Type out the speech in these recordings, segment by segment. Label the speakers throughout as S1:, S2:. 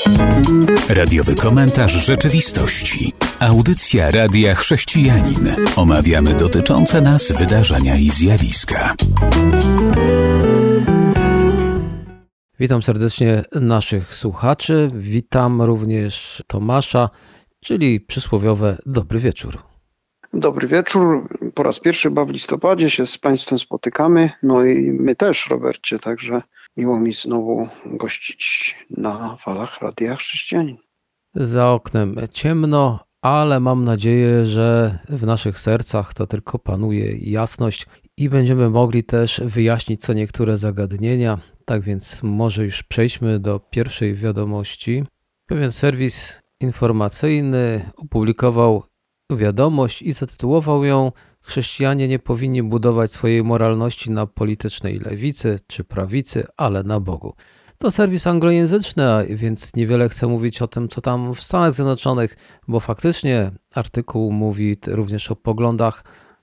S1: Radiowy komentarz rzeczywistości. Audycja Radia Chrześcijanin. Omawiamy dotyczące nas wydarzenia i zjawiska.
S2: Witam serdecznie naszych słuchaczy. Witam również Tomasza, czyli przysłowiowe dobry wieczór.
S3: Dobry wieczór. Po raz pierwszy w listopadzie się z Państwem spotykamy. No i my też, Robercie, także miło mi znowu gościć na falach Radia Chrześcijanin.
S2: Za oknem ciemno, ale mam nadzieję, że w naszych sercach to tylko panuje jasność i będziemy mogli też wyjaśnić co niektóre zagadnienia. Tak więc może już przejdźmy do pierwszej wiadomości. Pewien serwis informacyjny opublikował wiadomość i zatytułował ją „Chrześcijanie nie powinni budować swojej moralności na politycznej lewicy czy prawicy, ale na Bogu”. To serwis anglojęzyczny, więc niewiele chcę mówić o tym, co tam w Stanach Zjednoczonych, bo faktycznie artykuł mówi również o poglądach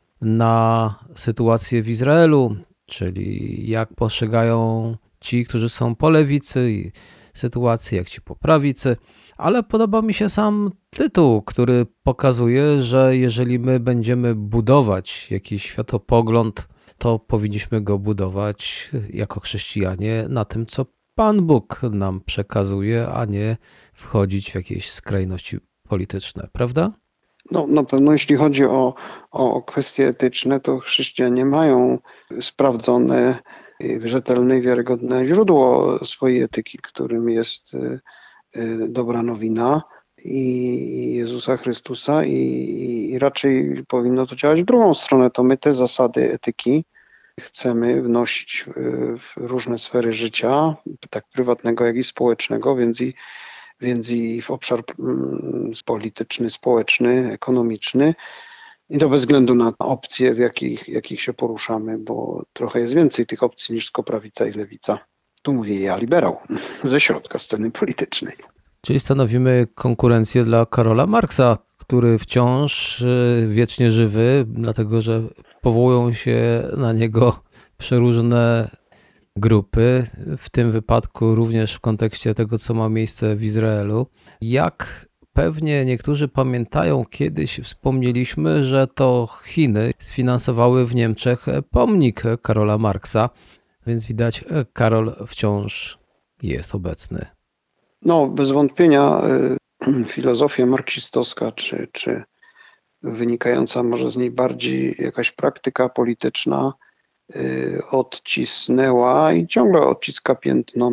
S2: na sytuację w Izraelu, czyli jak postrzegają ci, którzy są po lewicy i sytuację, jak ci po prawicy. Ale podoba mi się sam tytuł, który pokazuje, że jeżeli my będziemy budować jakiś światopogląd, to powinniśmy go budować jako chrześcijanie na tym, co Pan Bóg nam przekazuje, a nie wchodzić w jakieś skrajności polityczne, prawda?
S3: No, na pewno jeśli chodzi o kwestie etyczne, to chrześcijanie mają sprawdzone, rzetelne i wiarygodne źródło swojej etyki, którym jest dobra nowina i Jezusa Chrystusa i raczej powinno to działać w drugą stronę. To my te zasady etyki chcemy wnosić w różne sfery życia, tak prywatnego, jak i społecznego, więc i w obszar polityczny, społeczny, ekonomiczny. I to bez względu na opcje, w jakich się poruszamy, bo trochę jest więcej tych opcji niż tylko prawica i lewica. Tu mówię ja, liberał, ze środka sceny politycznej.
S2: Czyli stanowimy konkurencję dla Karola Marksa, który wciąż wiecznie żywy, dlatego że powołują się na niego przeróżne grupy, w tym wypadku również w kontekście tego, co ma miejsce w Izraelu. Jak pewnie niektórzy pamiętają, kiedyś wspomnieliśmy, że to Chiny sfinansowały w Niemczech pomnik Karola Marksa, więc widać, Karol wciąż jest obecny.
S3: No, bez wątpienia filozofia marksistowska, czy wynikająca może z niej bardziej jakaś praktyka polityczna odcisnęła i ciągle odciska piętno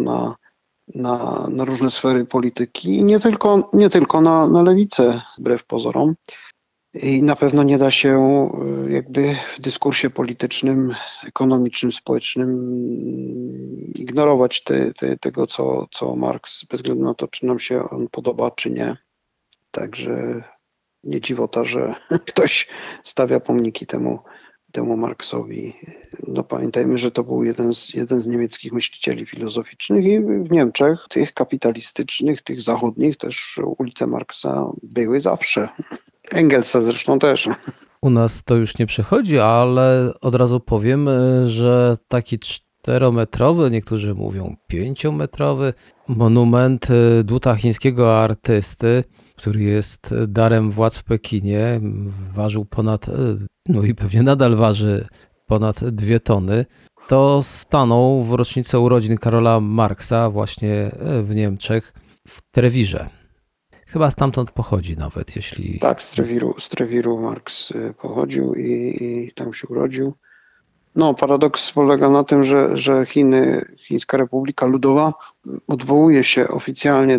S3: na różne sfery polityki i nie tylko na lewicę, wbrew pozorom. I na pewno nie da się jakby w dyskursie politycznym, ekonomicznym, społecznym ignorować tego, co Marks, bez względu na to, czy nam się on podoba, czy nie. Także nie dziwota, że ktoś stawia pomniki temu Marksowi. No pamiętajmy, że to był jeden z niemieckich myślicieli filozoficznych i w Niemczech, tych kapitalistycznych, tych zachodnich, też ulice Marksa były zawsze. Engelsa zresztą też.
S2: U nas to już nie przechodzi, ale od razu powiem, że taki 4-metrowy, niektórzy mówią 5-metrowy monument dłuta chińskiego artysty, który jest darem władz w Pekinie, ważył no i pewnie nadal waży ponad 2 tony, to stanął w rocznicę urodzin Karola Marksa właśnie w Niemczech, w Trewirze. Chyba stamtąd pochodzi nawet, jeśli...
S3: Tak, z Trewiru Marks pochodził i tam się urodził. No, paradoks polega na tym, że Chińska Republika Ludowa odwołuje się oficjalnie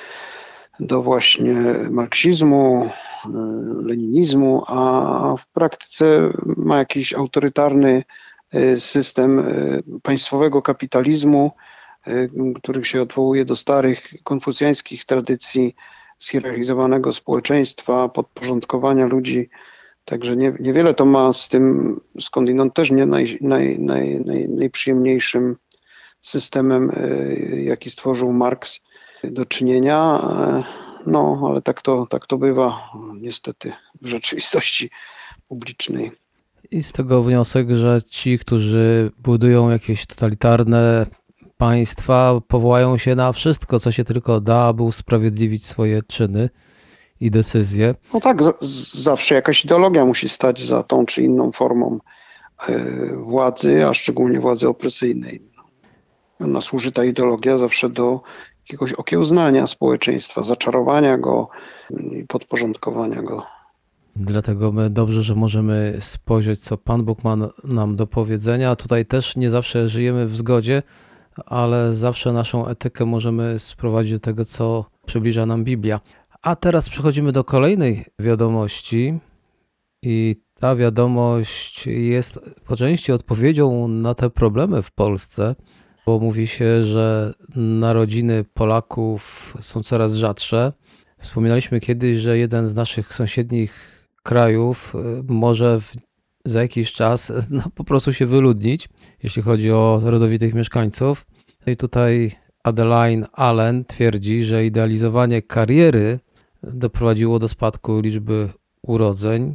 S3: do właśnie marksizmu, leninizmu, a w praktyce ma jakiś autorytarny system państwowego kapitalizmu, który się odwołuje do starych konfucjańskich tradycji zhierarchizowanego społeczeństwa, podporządkowania ludzi. Także niewiele to ma z tym skądinąd też nie najprzyjemniejszym systemem, jaki stworzył Marks, do czynienia. No, ale tak to bywa niestety w rzeczywistości publicznej.
S2: I z tego wniosek, że ci, którzy budują jakieś totalitarne państwa powołają się na wszystko, co się tylko da, aby usprawiedliwić swoje czyny i decyzje.
S3: No tak, zawsze jakaś ideologia musi stać za tą czy inną formą władzy, a szczególnie władzy opresyjnej. No, służy ta ideologia zawsze do jakiegoś okiełznania społeczeństwa, zaczarowania go i podporządkowania go.
S2: Dlatego my dobrze, że możemy spojrzeć, co Pan Bóg ma nam do powiedzenia. Tutaj też nie zawsze żyjemy w zgodzie, ale zawsze naszą etykę możemy sprowadzić do tego, co przybliża nam Biblia. A teraz przechodzimy do kolejnej wiadomości i ta wiadomość jest po części odpowiedzią na te problemy w Polsce, bo mówi się, że narodziny Polaków są coraz rzadsze. Wspominaliśmy kiedyś, że jeden z naszych sąsiednich krajów może za jakiś czas po prostu się wyludnić, jeśli chodzi o rodowitych mieszkańców. I tutaj Adeline Allen twierdzi, że idealizowanie kariery doprowadziło do spadku liczby urodzeń.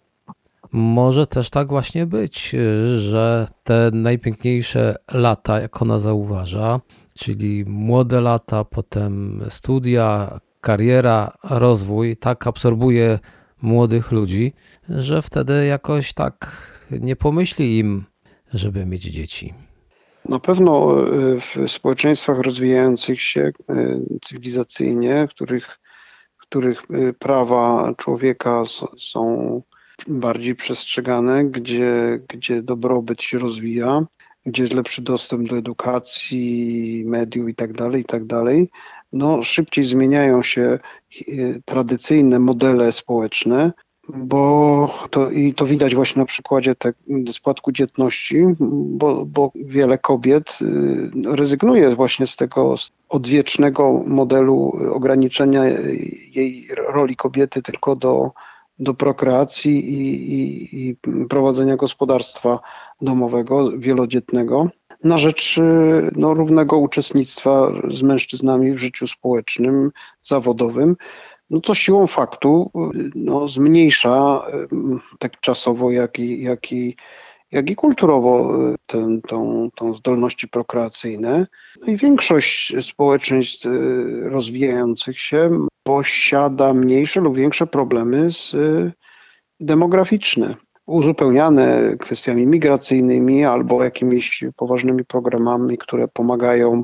S2: Może też tak właśnie być, że te najpiękniejsze lata, jak ona zauważa, czyli młode lata, potem studia, kariera, rozwój, tak absorbuje młodych ludzi, że wtedy jakoś tak nie pomyśli im, żeby mieć dzieci.
S3: Na pewno w społeczeństwach rozwijających się cywilizacyjnie, w których prawa człowieka są bardziej przestrzegane, gdzie dobrobyt się rozwija, gdzie jest lepszy dostęp do edukacji, mediów itd., no szybciej zmieniają się tradycyjne modele społeczne, bo to widać właśnie na przykładzie spadku dzietności, bo wiele kobiet rezygnuje właśnie z tego odwiecznego modelu ograniczenia jej roli kobiety tylko do prokreacji i prowadzenia gospodarstwa domowego, wielodzietnego, na rzecz równego uczestnictwa z mężczyznami w życiu społecznym, zawodowym, no to siłą faktu zmniejsza tak czasowo, jak i kulturowo tą zdolności prokreacyjne. No i większość społeczeństw rozwijających się posiada mniejsze lub większe problemy demograficzne, uzupełniane kwestiami migracyjnymi albo jakimiś poważnymi programami, które pomagają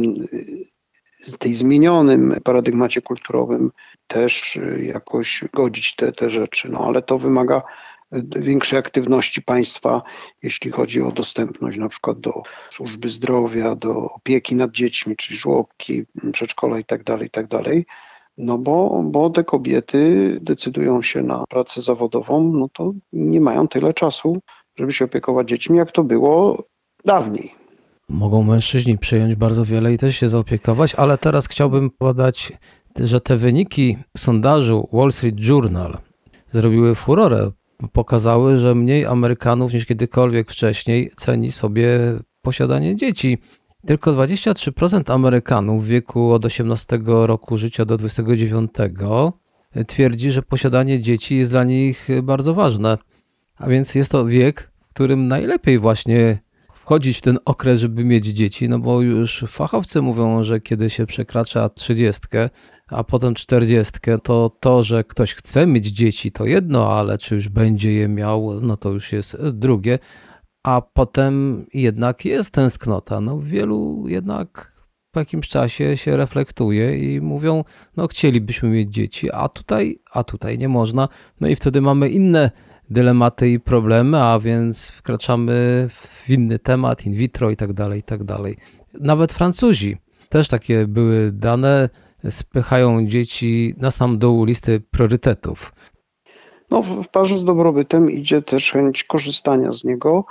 S3: tej zmienionym paradygmacie kulturowym też jakoś godzić te rzeczy. No ale to wymaga większej aktywności państwa, jeśli chodzi o dostępność na przykład do służby zdrowia, do opieki nad dziećmi, czyli żłobki, przedszkola itd. No bo te kobiety decydują się na pracę zawodową, no to nie mają tyle czasu, żeby się opiekować dziećmi, jak to było dawniej.
S2: Mogą mężczyźni przejąć bardzo wiele i też się zaopiekować, ale teraz chciałbym podać, że te wyniki sondażu Wall Street Journal zrobiły furorę. Pokazały, że mniej Amerykanów niż kiedykolwiek wcześniej ceni sobie posiadanie dzieci. Tylko 23% Amerykanów w wieku od 18 roku życia do 29 twierdzi, że posiadanie dzieci jest dla nich bardzo ważne. A więc jest to wiek, w którym najlepiej właśnie wchodzić w ten okres, żeby mieć dzieci, no bo już fachowcy mówią, że kiedy się przekracza 30, a potem 40, to, że ktoś chce mieć dzieci, to jedno, ale czy już będzie je miał, no to już jest drugie. A potem jednak jest tęsknota. No wielu jednak po jakimś czasie się reflektuje i mówią, no chcielibyśmy mieć dzieci, a tutaj nie można. No i wtedy mamy inne dylematy i problemy, a więc wkraczamy w inny temat, in vitro i tak dalej. Nawet Francuzi, też takie były dane, spychają dzieci na sam dół listy priorytetów.
S3: No, w parze z dobrobytem idzie też chęć korzystania z niego,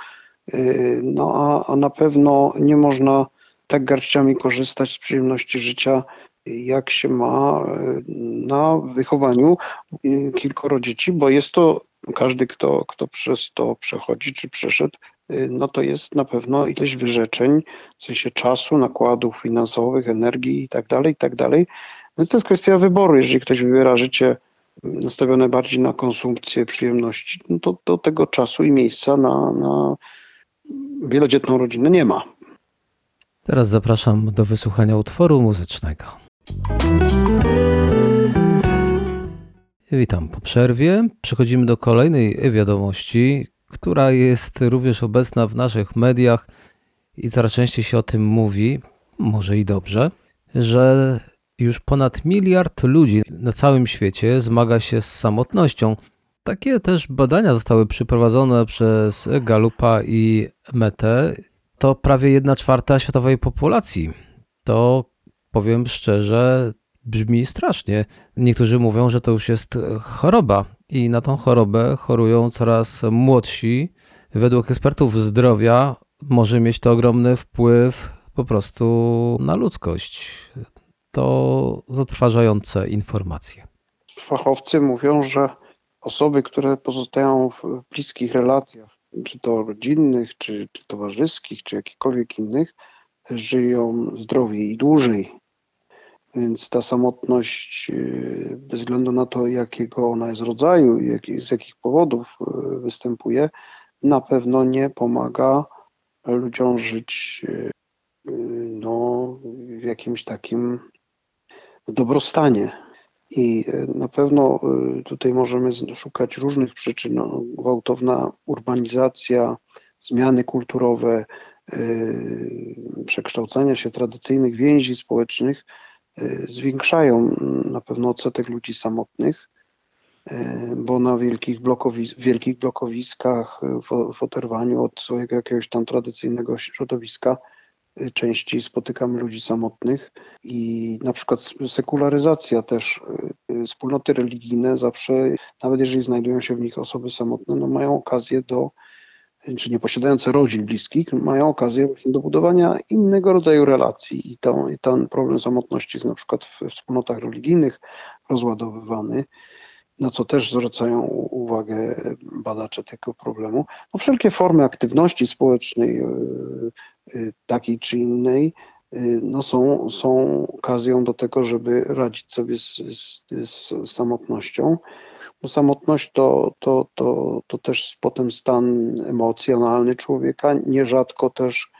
S3: no a na pewno nie można tak garściami korzystać z przyjemności życia, jak się ma na wychowaniu kilkoro dzieci, bo jest to każdy, kto przez to przechodzi czy przeszedł, no to jest na pewno ileś wyrzeczeń, w sensie czasu, nakładów finansowych, energii i tak dalej. No to jest kwestia wyboru. Jeżeli ktoś wybiera życie nastawione bardziej na konsumpcję przyjemności, no to tego czasu i miejsca na wielodzietną rodzinę nie ma.
S2: Teraz zapraszam do wysłuchania utworu muzycznego. Witam po przerwie. Przechodzimy do kolejnej wiadomości, która jest również obecna w naszych mediach i coraz częściej się o tym mówi, może i dobrze, że już ponad 1 miliard ludzi na całym świecie zmaga się z samotnością. Takie też badania zostały przeprowadzone przez Gallupa i Metę. To prawie 1/4 światowej populacji. To, powiem szczerze, brzmi strasznie. Niektórzy mówią, że to już jest choroba i na tą chorobę chorują coraz młodsi. Według ekspertów zdrowia może mieć to ogromny wpływ po prostu na ludzkość. To zatrważające informacje.
S3: Fachowcy mówią, że osoby, które pozostają w bliskich relacjach, czy to rodzinnych, czy towarzyskich, czy jakichkolwiek innych, żyją zdrowiej i dłużej. Więc ta samotność, bez względu na to, jakiego ona jest rodzaju i z jakich powodów występuje, na pewno nie pomaga ludziom żyć w jakimś takim dobrostanie. I na pewno tutaj możemy szukać różnych przyczyn. Gwałtowna urbanizacja, zmiany kulturowe, przekształcania się tradycyjnych więzi społecznych zwiększają na pewno odsetek ludzi samotnych, bo na wielkich blokowiskach, w oderwaniu od swojego jakiegoś tam tradycyjnego środowiska, częściej spotykamy ludzi samotnych i na przykład sekularyzacja też, wspólnoty religijne zawsze, nawet jeżeli znajdują się w nich osoby samotne, mają okazję czy nie posiadające rodzin bliskich, mają okazję właśnie do budowania innego rodzaju relacji i ten problem samotności jest na przykład w wspólnotach religijnych rozładowywany, na co też zwracają uwagę badacze tego problemu. Wszelkie formy aktywności społecznej, takiej czy innej, są okazją do tego, żeby radzić sobie z samotnością. Bo samotność to też potem stan emocjonalny człowieka, nierzadko też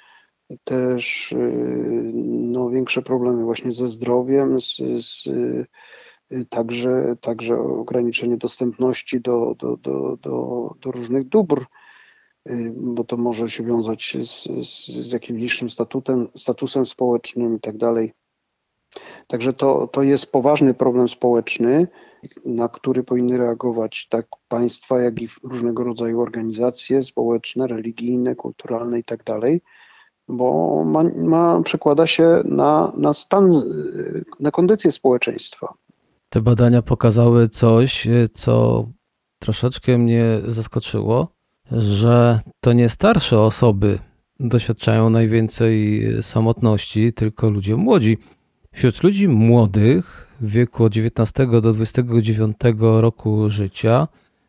S3: większe problemy właśnie ze zdrowiem, także ograniczenie dostępności do różnych dóbr, bo to może się wiązać z jakimś niższym statusem społecznym i tak dalej. Także to jest poważny problem społeczny, na który powinny reagować tak państwa, jak i różnego rodzaju organizacje społeczne, religijne, kulturalne i tak dalej, bo przekłada się na stan, na kondycję społeczeństwa.
S2: Te badania pokazały coś, co troszeczkę mnie zaskoczyło, że to nie starsze osoby doświadczają najwięcej samotności, tylko ludzie młodzi. Wśród ludzi młodych w wieku od 19 do 29 roku życia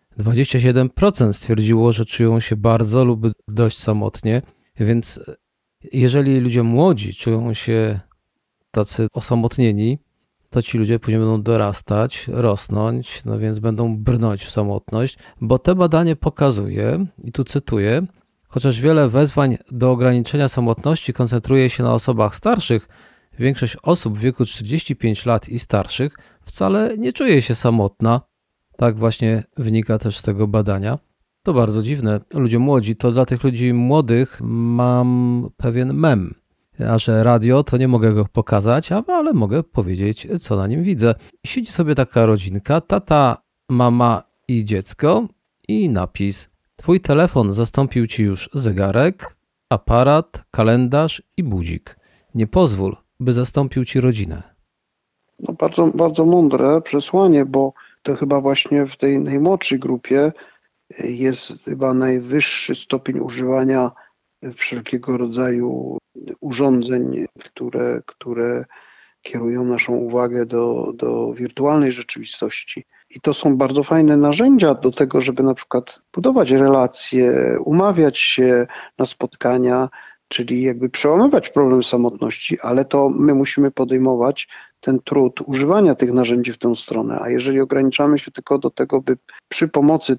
S2: 27% stwierdziło, że czują się bardzo lub dość samotnie, więc jeżeli ludzie młodzi czują się tacy osamotnieni, to ci ludzie później będą dorastać, rosnąć, więc będą brnąć w samotność, bo to badanie pokazuje, i tu cytuję, chociaż wiele wezwań do ograniczenia samotności koncentruje się na osobach starszych, większość osób w wieku 45 lat i starszych wcale nie czuje się samotna. Tak właśnie wynika też z tego badania. To bardzo dziwne. Ludzie młodzi, to dla tych ludzi młodych mam pewien mem. A że radio, to nie mogę go pokazać, ale mogę powiedzieć, co na nim widzę. Siedzi sobie taka rodzinka, tata, mama i dziecko i napis: twój telefon zastąpił ci już zegarek, aparat, kalendarz i budzik. Nie pozwól, by zastąpił ci rodzinę.
S3: Bardzo, bardzo mądre przesłanie, bo to chyba właśnie w tej najmłodszej grupie jest chyba najwyższy stopień używania wszelkiego rodzaju urządzeń, które kierują naszą uwagę do wirtualnej rzeczywistości. I to są bardzo fajne narzędzia do tego, żeby na przykład budować relacje, umawiać się na spotkania, czyli jakby przełamywać problem samotności, ale to my musimy podejmować ten trud używania tych narzędzi w tę stronę. A jeżeli ograniczamy się tylko do tego, by przy pomocy tych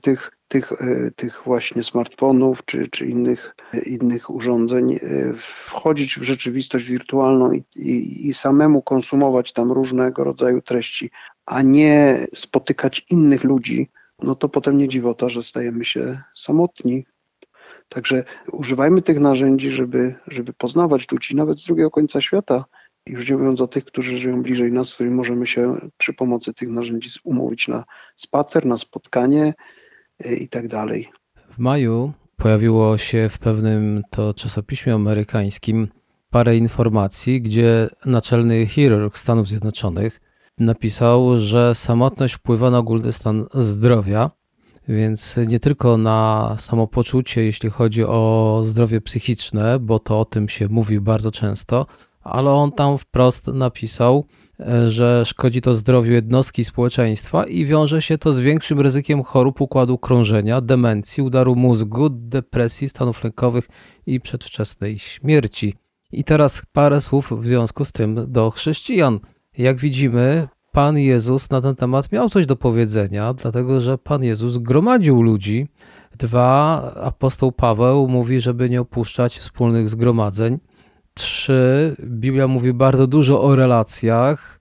S3: tych właśnie smartfonów czy innych urządzeń, wchodzić w rzeczywistość wirtualną i samemu konsumować tam różnego rodzaju treści, a nie spotykać innych ludzi, no to potem nie dziwota, że stajemy się samotni. Także używajmy tych narzędzi, żeby poznawać ludzi nawet z drugiego końca świata. Już nie mówiąc o tych, którzy żyją bliżej nas, z którymi możemy się przy pomocy tych narzędzi umówić na spacer, na spotkanie i tak dalej.
S2: W maju pojawiło się w pewnym to czasopiśmie amerykańskim parę informacji, gdzie naczelny chirurg Stanów Zjednoczonych napisał, że samotność wpływa na ogólny stan zdrowia, więc nie tylko na samopoczucie, jeśli chodzi o zdrowie psychiczne, bo to o tym się mówi bardzo często, ale on tam wprost napisał, że szkodzi to zdrowiu jednostki i społeczeństwa i wiąże się to z większym ryzykiem chorób układu krążenia, demencji, udaru mózgu, depresji, stanów lękowych i przedwczesnej śmierci. I teraz parę słów w związku z tym do chrześcijan. Jak widzimy, Pan Jezus na ten temat miał coś do powiedzenia, dlatego że Pan Jezus gromadził ludzi. 2. Apostoł Paweł mówi, żeby nie opuszczać wspólnych zgromadzeń. 3. Biblia mówi bardzo dużo o relacjach,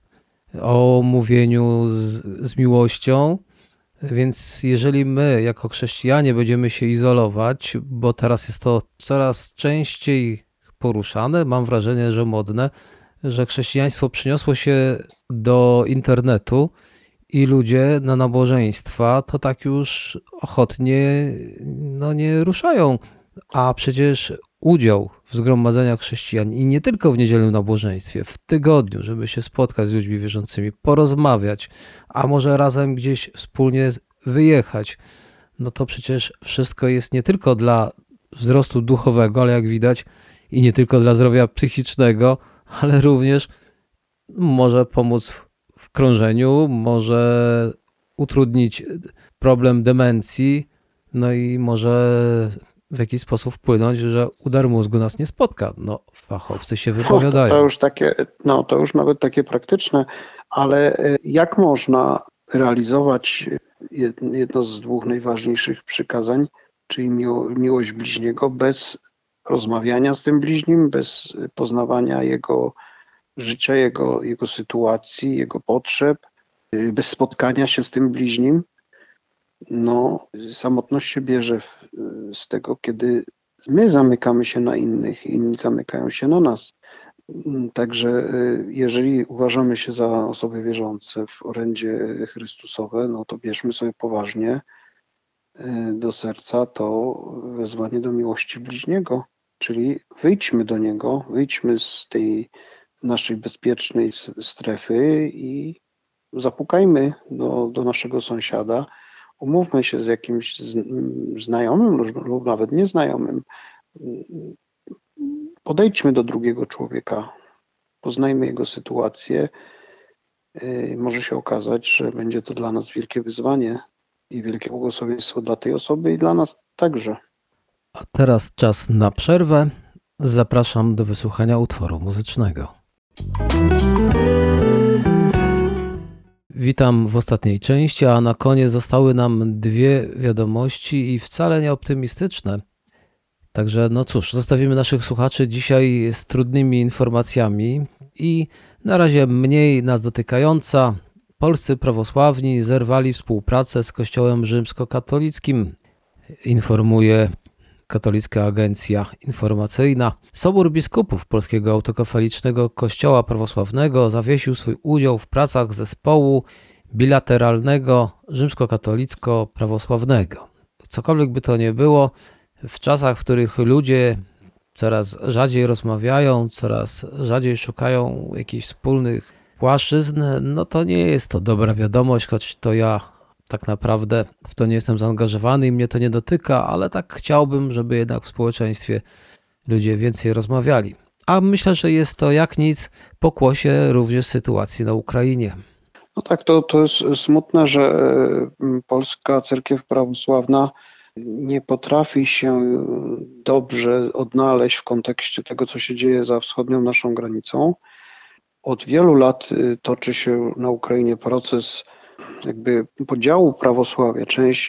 S2: o mówieniu z miłością, więc jeżeli my jako chrześcijanie będziemy się izolować, bo teraz jest to coraz częściej poruszane, mam wrażenie, że modne, że chrześcijaństwo przyniosło się do internetu i ludzie na nabożeństwa to tak już ochotnie nie ruszają, a przecież udział w zgromadzeniach chrześcijan i nie tylko w niedzielnym nabożeństwie, w tygodniu, żeby się spotkać z ludźmi wierzącymi, porozmawiać, a może razem gdzieś wspólnie wyjechać, no to przecież wszystko jest nie tylko dla wzrostu duchowego, ale jak widać i nie tylko dla zdrowia psychicznego, ale również może pomóc w krążeniu, może utrudnić problem demencji, no i może w jakiś sposób wpłynąć, że udar mózgu nas nie spotka. No, fachowcy się wypowiadają.
S3: To już nawet takie praktyczne, ale jak można realizować jedno z dwóch najważniejszych przykazań, czyli miłość bliźniego, bez rozmawiania z tym bliźnim, bez poznawania jego życia, jego sytuacji, jego potrzeb, bez spotkania się z tym bliźnim? No, samotność się bierze z tego, kiedy my zamykamy się na innych, inni zamykają się na nas. Także jeżeli uważamy się za osoby wierzące w orędzie Chrystusowe, no to bierzmy sobie poważnie do serca to wezwanie do miłości bliźniego, czyli wyjdźmy do niego, wyjdźmy z tej naszej bezpiecznej strefy i zapukajmy do naszego sąsiada. Umówmy się z jakimś znajomym lub nawet nieznajomym. Podejdźmy do drugiego człowieka, poznajmy jego sytuację. Może się okazać, że będzie to dla nas wielkie wyzwanie i wielkie błogosławieństwo dla tej osoby i dla nas także.
S2: A teraz czas na przerwę. Zapraszam do wysłuchania utworu muzycznego. Witam w ostatniej części, a na koniec zostały nam dwie wiadomości i wcale nie optymistyczne. Także no cóż, zostawimy naszych słuchaczy dzisiaj z trudnymi informacjami i na razie mniej nas dotykająca. Polscy prawosławni zerwali współpracę z Kościołem rzymskokatolickim, informuje Katolicka Agencja Informacyjna. Sobór Biskupów Polskiego Autokefalicznego Kościoła Prawosławnego zawiesił swój udział w pracach zespołu bilateralnego rzymskokatolicko-prawosławnego. Cokolwiek by to nie było, w czasach, w których ludzie coraz rzadziej rozmawiają, coraz rzadziej szukają jakichś wspólnych płaszczyzn, no to nie jest to dobra wiadomość, choć to ja tak naprawdę w to nie jestem zaangażowany i mnie to nie dotyka, ale tak chciałbym, żeby jednak w społeczeństwie ludzie więcej rozmawiali. A myślę, że jest to jak nic pokłosie również sytuacji na Ukrainie.
S3: No tak, to jest smutne, że polska cerkiew prawosławna nie potrafi się dobrze odnaleźć w kontekście tego, co się dzieje za wschodnią naszą granicą. Od wielu lat toczy się na Ukrainie proces jakby podziału prawosławia.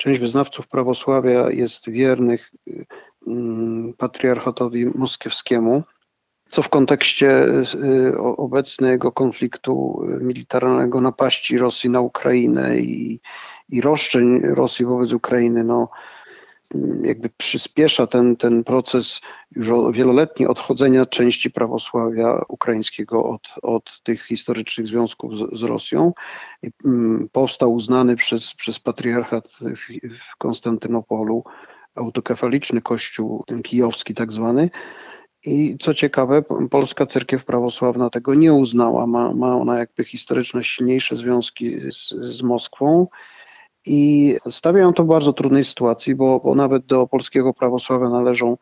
S3: część wyznawców prawosławia jest wiernych patriarchatowi moskiewskiemu, co w kontekście obecnego konfliktu militarnego, napaści Rosji na Ukrainę i roszczeń Rosji wobec Ukrainy, jakby przyspiesza ten proces już wieloletni odchodzenia części prawosławia ukraińskiego od tych historycznych związków z Rosją. Powstał uznany przez patriarchat w Konstantynopolu autokefaliczny kościół, ten kijowski tak zwany. I co ciekawe, polska cerkiew prawosławna tego nie uznała. Ma ona jakby historyczne silniejsze związki z Moskwą. I stawia ją to w bardzo trudnej sytuacji, bo nawet do polskiego prawosławia należą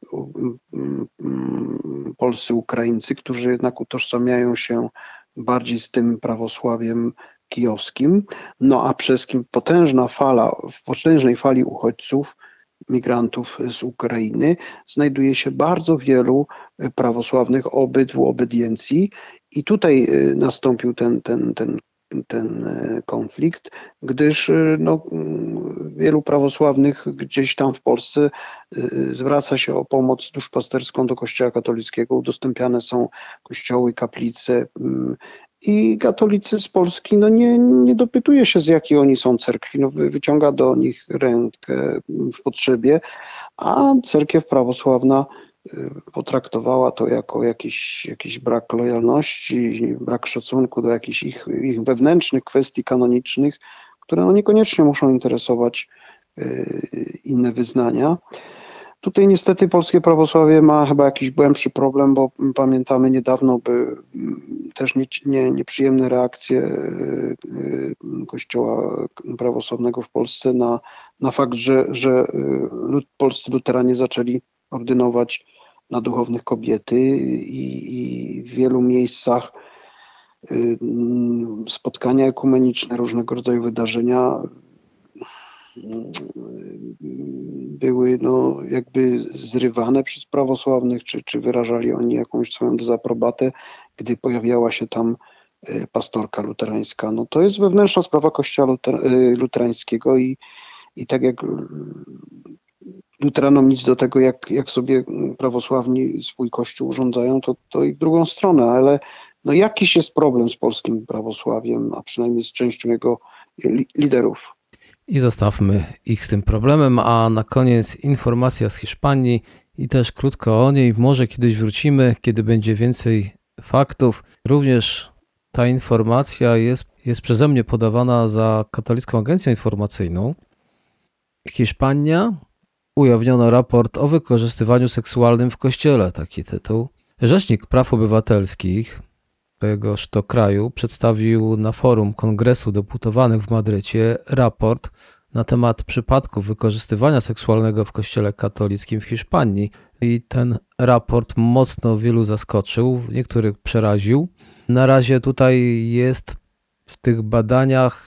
S3: polscy Ukraińcy, którzy jednak utożsamiają się bardziej z tym prawosławiem kijowskim. A przede wszystkim w potężnej fali uchodźców, migrantów z Ukrainy znajduje się bardzo wielu prawosławnych obydwu obediencji i tutaj nastąpił ten konflikt, gdyż wielu prawosławnych gdzieś tam w Polsce zwraca się o pomoc duszpasterską do Kościoła katolickiego. Udostępniane są kościoły, kaplice i katolicy z Polski nie dopytuje się, z jakiej oni są cerkwi. Wyciąga do nich rękę w potrzebie, a cerkiew prawosławna potraktowała to jako jakiś brak lojalności, brak szacunku do jakichś ich wewnętrznych kwestii kanonicznych, które niekoniecznie muszą interesować inne wyznania. Tutaj niestety polskie prawosławie ma chyba jakiś głębszy problem, bo pamiętamy niedawno też nieprzyjemne reakcje Kościoła prawosławnego w Polsce na fakt, że polscy luteranie zaczęli ordynować na duchownych kobiety i w wielu miejscach spotkania ekumeniczne, różnego rodzaju wydarzenia były jakby zrywane przez prawosławnych, czy wyrażali oni jakąś swoją dezaprobatę, gdy pojawiała się tam pastorka luterańska. To jest wewnętrzna sprawa Kościoła luterańskiego i tak jak luteranom nic do tego, jak sobie prawosławni swój kościół urządzają, to i w drugą stronę, ale jakiś jest problem z polskim prawosławiem, a przynajmniej z częścią jego liderów.
S2: I zostawmy ich z tym problemem, a na koniec informacja z Hiszpanii i też krótko o niej. Może kiedyś wrócimy, kiedy będzie więcej faktów. Również ta informacja jest przeze mnie podawana za Katolicką Agencją Informacyjną. Hiszpania, ujawniono raport o wykorzystywaniu seksualnym w Kościele, taki tytuł. Rzecznik Praw Obywatelskich tegoż to kraju przedstawił na forum Kongresu Deputowanych w Madrycie raport na temat przypadków wykorzystywania seksualnego w Kościele katolickim w Hiszpanii. I ten raport mocno wielu zaskoczył, niektórych przeraził. Na razie tutaj jest w tych badaniach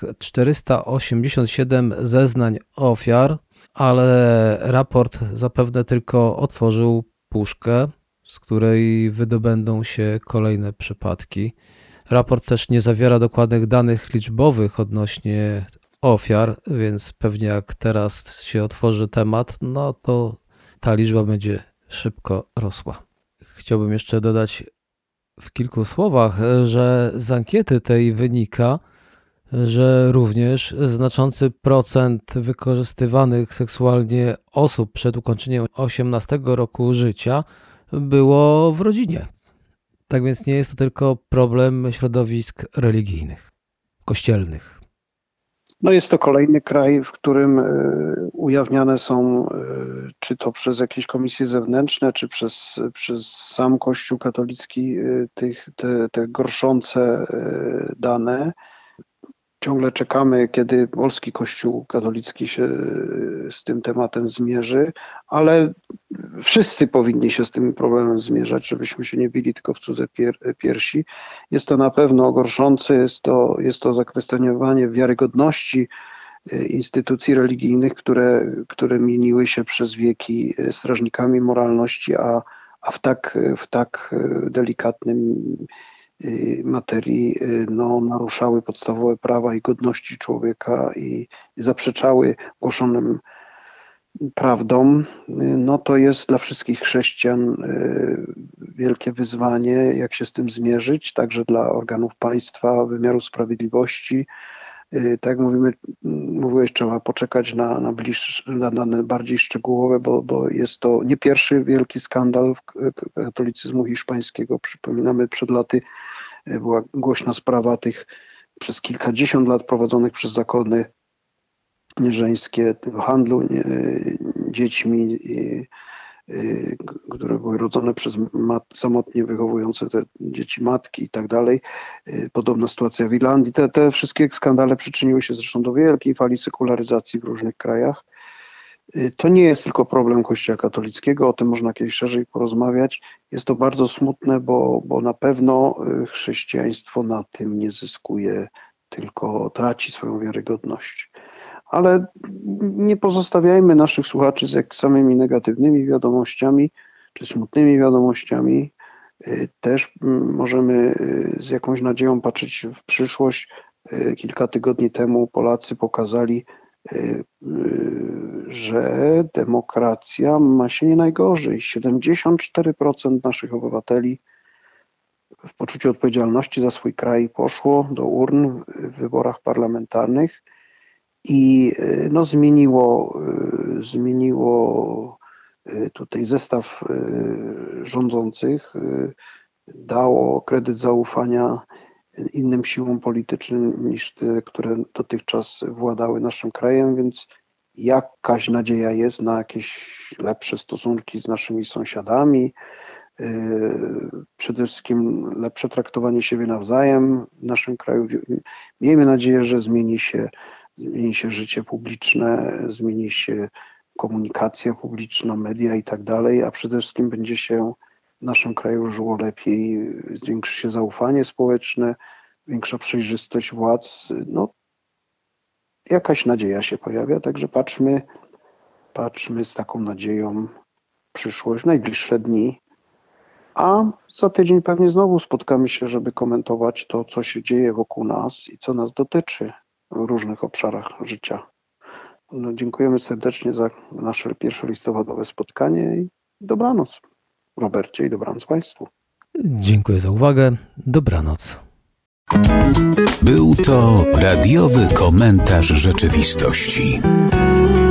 S2: 487 zeznań ofiar, ale raport zapewne tylko otworzył puszkę, z której wydobędą się kolejne przypadki. Raport też nie zawiera dokładnych danych liczbowych odnośnie ofiar, więc pewnie jak teraz się otworzy temat, to ta liczba będzie szybko rosła. Chciałbym jeszcze dodać w kilku słowach, że z ankiety tej wynika, że również znaczący procent wykorzystywanych seksualnie osób przed ukończeniem 18 roku życia było w rodzinie. Tak więc nie jest to tylko problem środowisk religijnych, kościelnych.
S3: Jest to kolejny kraj, w którym ujawniane są, czy to przez jakieś komisje zewnętrzne, czy przez sam Kościół katolicki, te gorszące dane. Ciągle czekamy, kiedy polski Kościół katolicki się z tym tematem zmierzy, ale wszyscy powinni się z tym problemem zmierzać, żebyśmy się nie bili tylko w cudze piersi. Jest to na pewno gorszące, jest to zakwestionowanie wiarygodności instytucji religijnych, które mieniły się przez wieki strażnikami moralności, a w tak delikatnym materii naruszały podstawowe prawa i godności człowieka i zaprzeczały głoszonym prawdom, to jest dla wszystkich chrześcijan wielkie wyzwanie, jak się z tym zmierzyć, także dla organów państwa, wymiaru sprawiedliwości. Tak jak mówiłeś, trzeba poczekać na dane bardziej szczegółowe, bo jest to nie pierwszy wielki skandal katolicyzmu hiszpańskiego. Przypominamy, przed laty była głośna sprawa tych przez kilkadziesiąt lat prowadzonych przez zakony żeńskie handlu dziećmi, które były rodzone przez samotnie wychowujące te dzieci matki i tak dalej. Podobna sytuacja w Irlandii. Te wszystkie skandale przyczyniły się zresztą do wielkiej fali sekularyzacji w różnych krajach. To nie jest tylko problem Kościoła katolickiego, o tym można kiedyś szerzej porozmawiać. Jest to bardzo smutne, bo na pewno chrześcijaństwo na tym nie zyskuje, tylko traci swoją wiarygodność. Ale nie pozostawiajmy naszych słuchaczy z samymi negatywnymi wiadomościami czy smutnymi wiadomościami. Też możemy z jakąś nadzieją patrzeć w przyszłość. Kilka tygodni temu Polacy pokazali, że demokracja ma się nie najgorzej. 74% naszych obywateli w poczuciu odpowiedzialności za swój kraj poszło do urn w wyborach parlamentarnych. I zmieniło tutaj zestaw rządzących, dało kredyt zaufania innym siłom politycznym niż te, które dotychczas władały naszym krajem, więc jakaś nadzieja jest na jakieś lepsze stosunki z naszymi sąsiadami, przede wszystkim lepsze traktowanie siebie nawzajem w naszym kraju. Miejmy nadzieję, że zmieni się życie publiczne, zmieni się komunikacja publiczna, media i tak dalej, a przede wszystkim będzie się w naszym kraju żyło lepiej, zwiększy się zaufanie społeczne, większa przejrzystość władz. Jakaś nadzieja się pojawia, także patrzmy z taką nadzieją w przyszłość, w najbliższe dni, a za tydzień pewnie znowu spotkamy się, żeby komentować to, co się dzieje wokół nas i co nas dotyczy w różnych obszarach życia. Dziękujemy serdecznie za nasze pierwsze listopadowe spotkanie i dobranoc, Robercie, i dobranoc Państwu.
S2: Dziękuję za uwagę. Dobranoc.
S1: Był to radiowy komentarz rzeczywistości.